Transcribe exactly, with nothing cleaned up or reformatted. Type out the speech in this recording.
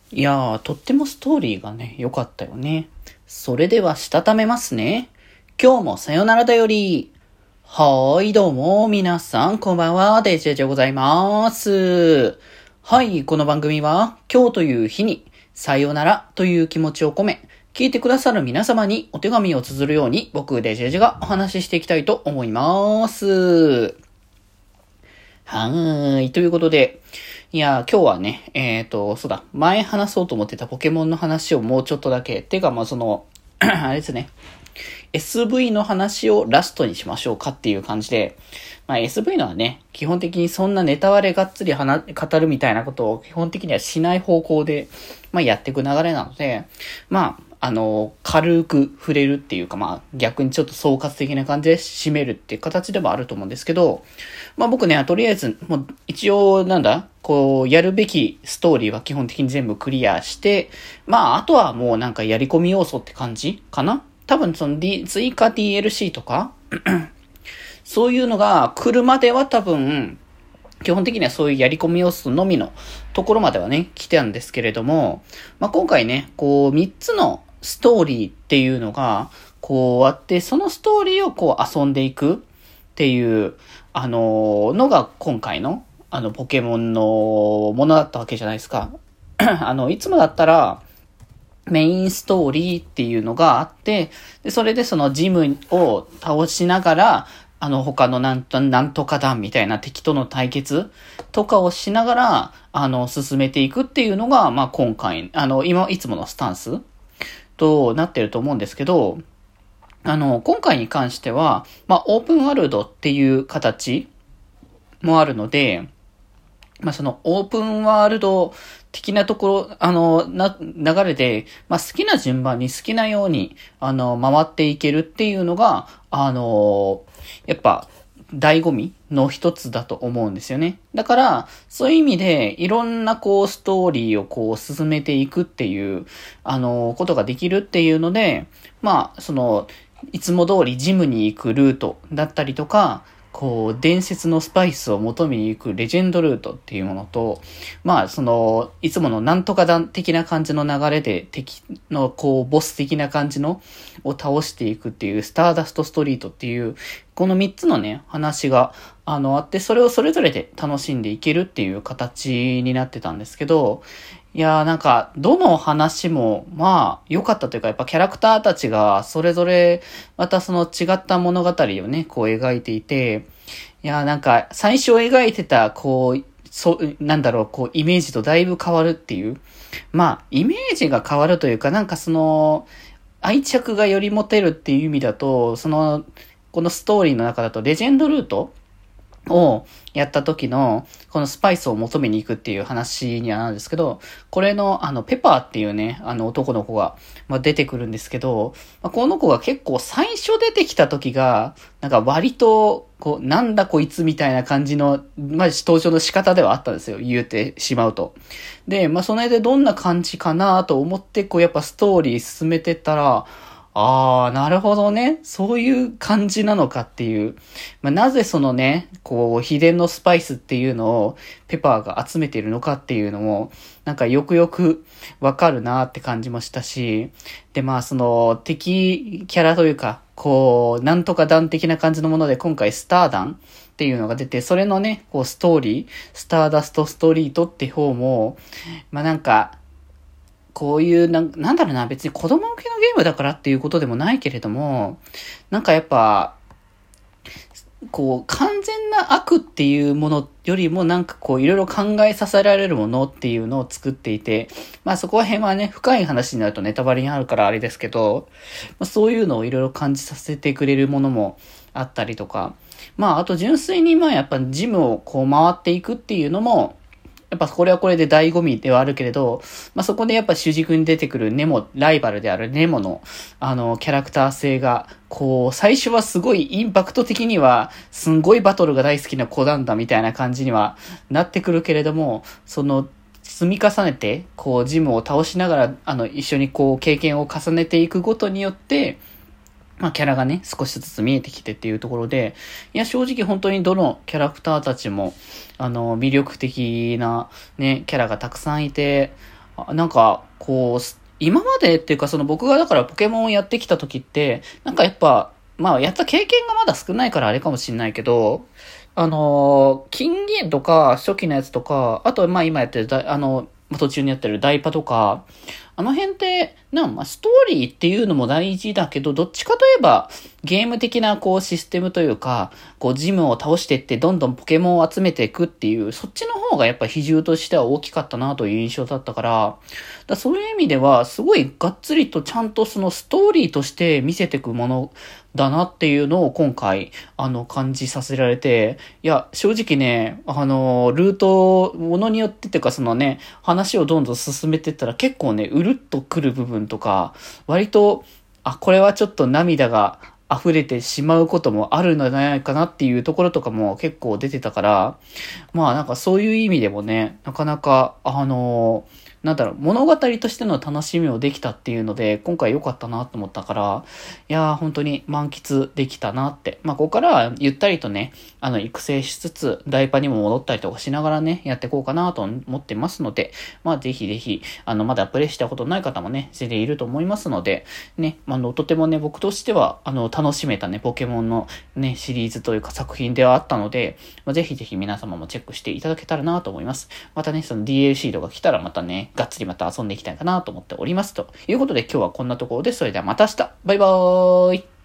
いやー、とってもストーリーがね、良かったよね。それでは、したためますね。今日もさよならだより。はーい、どうも、皆さん、こんばんは、デジェジでございます。はい、この番組は、今日という日に、さよならという気持ちを込め、聞いてくださる皆様にお手紙を綴るように、僕、デジェジがお話ししていきたいと思います。はーい。ということで、いや、今日はね、えっと、そうだ、前話そうと思ってたポケモンの話をもうちょっとだけ、てかまあその、あれですね、エスブイ の話をラストにしましょうかっていう感じで、まあ エスブイ のはね、基本的にそんなネタバレがっつり話語るみたいなことを基本的にはしない方向で、まあやっていく流れなので、まあ、あの、軽く触れるっていうか、まあ逆にちょっと総括的な感じで締めるっていう形でもあると思うんですけど、まあ僕ね、とりあえず、もう一応なんだ、こう、やるべきストーリーは基本的に全部クリアして、まああとはもうなんかやり込み要素って感じかな？多分その、D、追加 ディーエルシー とかそういうのが来るまでは多分、基本的にはそういうやり込み要素のみのところまではね、来てたんですけれども、まあ、今回ね、こう、みっつのストーリーっていうのが、こうあって、そのストーリーをこう遊んでいくっていう、あの、のが今回の、あの、ポケモンのものだったわけじゃないですか。あの、いつもだったら、メインストーリーっていうのがあって、でそれでそのジムを倒しながら、あの他のなんと、なんとか団みたいな敵との対決とかをしながら、あの、進めていくっていうのが、まあ今回、あの、今、いつものスタンスとなってると思うんですけど、あの、今回に関しては、まあオープンワールドっていう形もあるので、まあ、そのオープンワールド的なところ、あの、な、流れで、まあ、好きな順番に好きなように、あの、回っていけるっていうのが、あの、やっぱ、醍醐味の一つだと思うんですよね。だから、そういう意味で、いろんなこう、ストーリーをこう、進めていくっていう、あの、ことができるっていうので、まあ、その、いつも通りジムに行くルートだったりとか、こう、伝説のスパイスを求めに行くレジェンドルートっていうものと、まあ、その、いつものなんとか団的な感じの流れで敵の、こう、ボス的な感じのを倒していくっていうスターダストストリートっていう、このみっつのね、話が、あの、あって、それをそれぞれで楽しんでいけるっていう形になってたんですけど、いやーなんか、どの話も、まあ、良かったというか、やっぱキャラクターたちが、それぞれ、またその違った物語をね、こう描いていて、いやーなんか、最初描いてた、こう、そう、なんだろう、こう、イメージとだいぶ変わるっていう。まあ、イメージが変わるというか、なんかその、愛着がより持てるっていう意味だと、その、このストーリーの中だと、レジェンドルートをやった時の、このスパイスを求めに行くっていう話にはなるんですけど、これの、あの、ペパーっていうね、あの男の子が、まあ、出てくるんですけど、まあ、この子が結構最初出てきた時が、なんか割と、こう、なんだこいつみたいな感じの、まあ、登場の仕方ではあったんですよ、言うてしまうと。で、まあ、その辺でどんな感じかなと思って、こう、やっぱストーリー進めてったら、ああ、なるほどね。そういう感じなのかっていう。まあ、なぜそのね、こう、秘伝のスパイスっていうのをペパーが集めているのかっていうのも、なんかよくよくわかるなって感じもしたし、で、まあその敵キャラというか、こう、なんとか団的な感じのもので今回スター団っていうのが出て、それのね、こうストーリー、スターダストストリートって方も、まあなんか、こういうな、なんだろうな、別に子供向けのゲームだからっていうことでもないけれども、なんかやっぱ、こう、完全な悪っていうものよりもなんかこう、いろいろ考えさせられるものっていうのを作っていて、まあそこら辺はね、深い話になるとネタバレにあるからあれですけど、まあ、そういうのをいろいろ感じさせてくれるものもあったりとか、まああと純粋にまあやっぱジムをこう回っていくっていうのも、やっぱこれはこれで醍醐味ではあるけれど、まあ、そこでやっぱ主軸に出てくるネモ、ライバルであるネモの、あの、キャラクター性が、こう、最初はすごいインパクト的には、すんごいバトルが大好きな子なんだみたいな感じにはなってくるけれども、その、積み重ねて、こう、ジムを倒しながら、あの、一緒にこう、経験を重ねていくことによって、まあキャラがね、少しずつ見えてきてっていうところで、いや正直本当にどのキャラクターたちも、あの、魅力的なね、キャラがたくさんいて、 あなんか、こう、今までっていうかその僕がだからポケモンをやってきた時って、なんかやっぱ、まあやった経験がまだ少ないからあれかもしれないけど、あのー、金銀とか初期のやつとか、あとまあ今やってるだ、あの、途中にやってるダイパとか、あの辺って、なんまあ、ストーリーっていうのも大事だけど、どっちかといえば、ゲーム的なこうシステムというか、こうジムを倒していってどんどんポケモンを集めていくっていう、そっちの方がやっぱ比重としては大きかったなという印象だったから、だそういう意味では、すごいがっつりとちゃんとそのストーリーとして見せていくものだなっていうのを今回、あの、感じさせられて、いや、正直ね、あの、ルート、ものによってっていうかそのね、話をどんどん進めていったら結構ね、うるっとくる部分とか、割と、あ、これはちょっと涙が溢れてしまうこともあるのではないかなっていうところとかも結構出てたから、まあなんかそういう意味でもね、なかなか、あのなんだろう、物語としての楽しみをできたっていうので、今回良かったなと思ったから、いやー本当に満喫できたなって。まあここからはゆったりとね、あの育成しつつ、ダイパにも戻ったりとかしながらね、やっていこうかなと思ってますので、まあぜひぜひ、あのまだプレイしたことない方もね、全然いると思いますので、ね、あのとてもね、僕としては、あの楽しめたね、ポケモンのね、シリーズというか作品ではあったので、まあ、ぜひぜひ皆様もチェックしていただけたらなと思います。またね、その ディーエルシー とか来たらまたね、がっつりまた遊んでいきたいかなと思っております。ということで今日はこんなところで、それではまた明日バイバーイ